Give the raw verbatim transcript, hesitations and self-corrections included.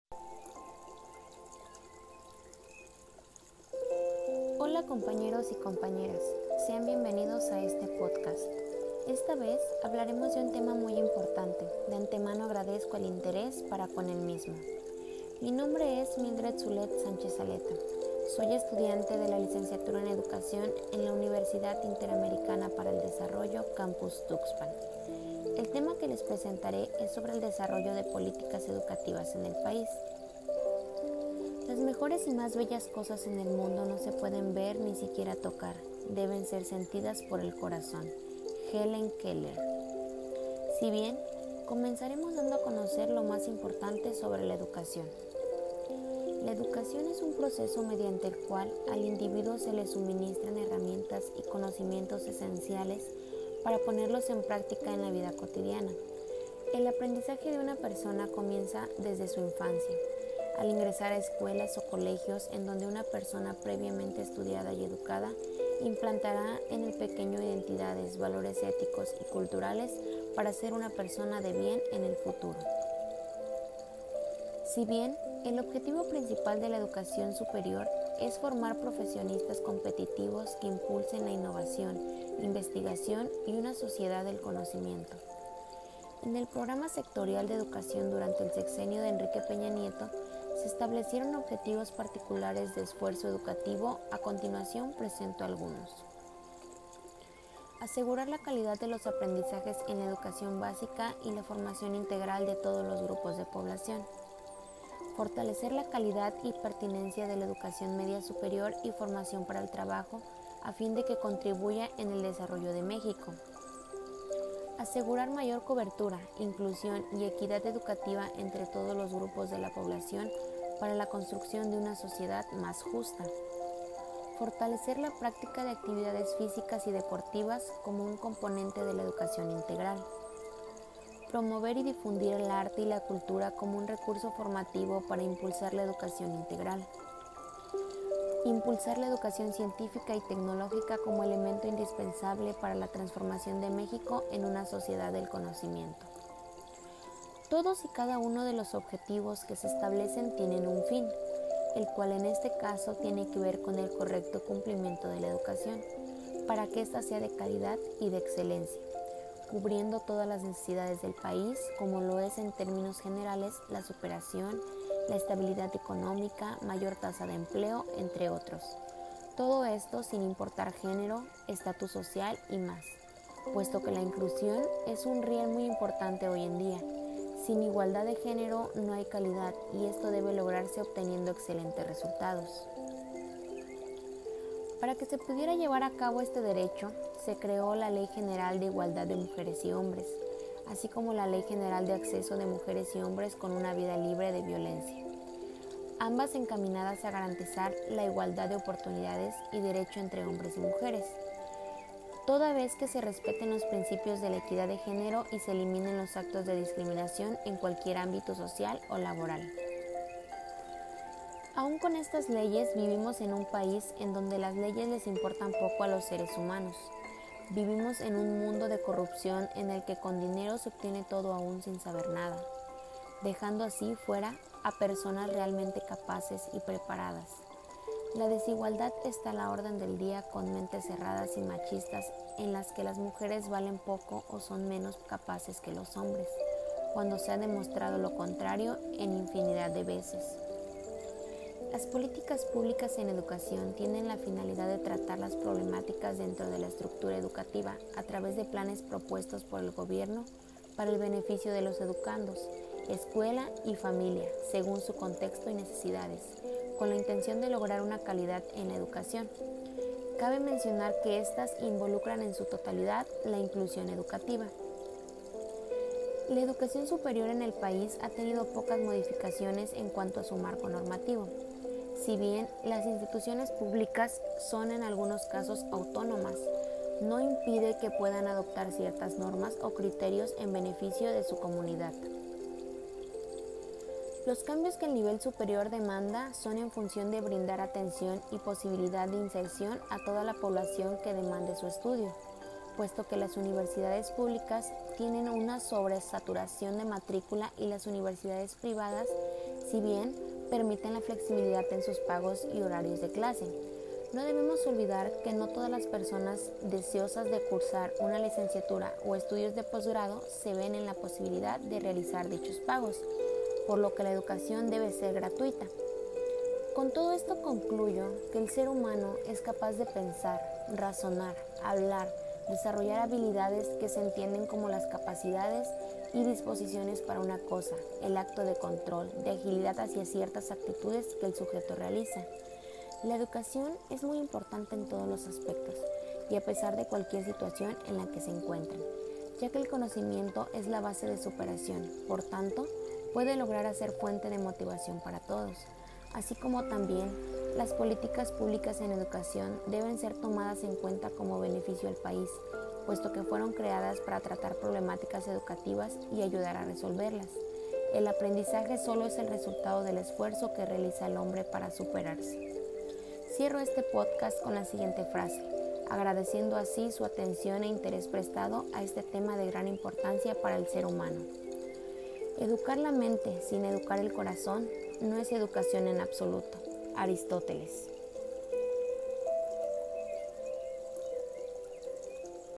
Hola compañeros y compañeras, sean bienvenidos a este podcast. Esta vez hablaremos de un tema muy importante, de antemano agradezco el interés para con el mismo. Mi nombre es Mildred Zulet Sánchez Aleta, soy estudiante de la licenciatura en Educación en la Universidad Interamericana para el Desarrollo Campus Tuxpan. El tema que les presentaré es sobre el desarrollo de políticas educativas en el país. Las mejores y más bellas cosas en el mundo no se pueden ver ni siquiera tocar, deben ser sentidas por el corazón. Helen Keller. Si bien, comenzaremos dando a conocer lo más importante sobre la educación. La educación es un proceso mediante el cual al individuo se le suministran herramientas y conocimientos esenciales para ponerlos en práctica en la vida cotidiana. El aprendizaje de una persona comienza desde su infancia, al ingresar a escuelas o colegios en donde una persona previamente estudiada y educada implantará en el pequeño identidades, valores éticos y culturales para ser una persona de bien en el futuro. Si bien el objetivo principal de la educación superior es formar profesionistas competitivos que impulsen la innovación, investigación y una sociedad del conocimiento. En el programa sectorial de educación durante el sexenio de Enrique Peña Nieto se establecieron objetivos particulares de esfuerzo educativo. A continuación presento algunos. Asegurar la calidad de los aprendizajes en la educación básica y la formación integral de todos los grupos de población. Fortalecer la calidad y pertinencia de la educación media superior y formación para el trabajo a fin de que contribuya en el desarrollo de México. Asegurar mayor cobertura, inclusión y equidad educativa entre todos los grupos de la población para la construcción de una sociedad más justa. Fortalecer la práctica de actividades físicas y deportivas como un componente de la educación integral. Promover y difundir el arte y la cultura como un recurso formativo para impulsar la educación integral. Impulsar la educación científica y tecnológica como elemento indispensable para la transformación de México en una sociedad del conocimiento. Todos y cada uno de los objetivos que se establecen tienen un fin, el cual en este caso tiene que ver con el correcto cumplimiento de la educación, para que ésta sea de calidad y de excelencia, cubriendo todas las necesidades del país, como lo es en términos generales la superación, la estabilidad económica, mayor tasa de empleo, entre otros. Todo esto sin importar género, estatus social y más, puesto que la inclusión es un riel muy importante hoy en día. Sin igualdad de género no hay calidad y esto debe lograrse obteniendo excelentes resultados. Para que se pudiera llevar a cabo este derecho, se creó la Ley General de Igualdad de Mujeres y Hombres, así como la Ley General de Acceso de Mujeres y Hombres con una vida libre de violencia, ambas encaminadas a garantizar la igualdad de oportunidades y derecho entre hombres y mujeres, toda vez que se respeten los principios de la equidad de género y se eliminen los actos de discriminación en cualquier ámbito social o laboral. Aún con estas leyes vivimos en un país en donde las leyes les importan poco a los seres humanos. Vivimos en un mundo de corrupción en el que con dinero se obtiene todo aún sin saber nada, dejando así fuera a personas realmente capaces y preparadas. La desigualdad está a la orden del día con mentes cerradas y machistas en las que las mujeres valen poco o son menos capaces que los hombres, cuando se ha demostrado lo contrario en infinidad de veces. Las políticas públicas en educación tienen la finalidad de tratar las problemáticas dentro de la estructura educativa a través de planes propuestos por el gobierno para el beneficio de los educandos, escuela y familia, según su contexto y necesidades, con la intención de lograr una calidad en la educación. Cabe mencionar que estas involucran en su totalidad la inclusión educativa. La educación superior en el país ha tenido pocas modificaciones en cuanto a su marco normativo. Si bien las instituciones públicas son en algunos casos autónomas, no impide que puedan adoptar ciertas normas o criterios en beneficio de su comunidad. Los cambios que el nivel superior demanda son en función de brindar atención y posibilidad de inserción a toda la población que demande su estudio, puesto que las universidades públicas tienen una sobresaturación de matrícula y las universidades privadas si bien permiten la flexibilidad en sus pagos y horarios de clase. No debemos olvidar que no todas las personas deseosas de cursar una licenciatura o estudios de posgrado se ven en la posibilidad de realizar dichos pagos, por lo que la educación debe ser gratuita. Con todo esto concluyo que el ser humano es capaz de pensar, razonar, hablar, desarrollar habilidades que se entienden como las capacidades y disposiciones para una cosa, el acto de control, de agilidad hacia ciertas actitudes que el sujeto realiza. La educación es muy importante en todos los aspectos y a pesar de cualquier situación en la que se encuentren, ya que el conocimiento es la base de superación, por tanto, puede lograr hacer fuente de motivación para todos, así como también las políticas públicas en educación deben ser tomadas en cuenta como beneficio al país, puesto que fueron creadas para tratar problemáticas educativas y ayudar a resolverlas. El aprendizaje solo es el resultado del esfuerzo que realiza el hombre para superarse. Cierro este podcast con la siguiente frase, agradeciendo así su atención e interés prestado a este tema de gran importancia para el ser humano. Educar la mente sin educar el corazón no es educación en absoluto. Aristóteles.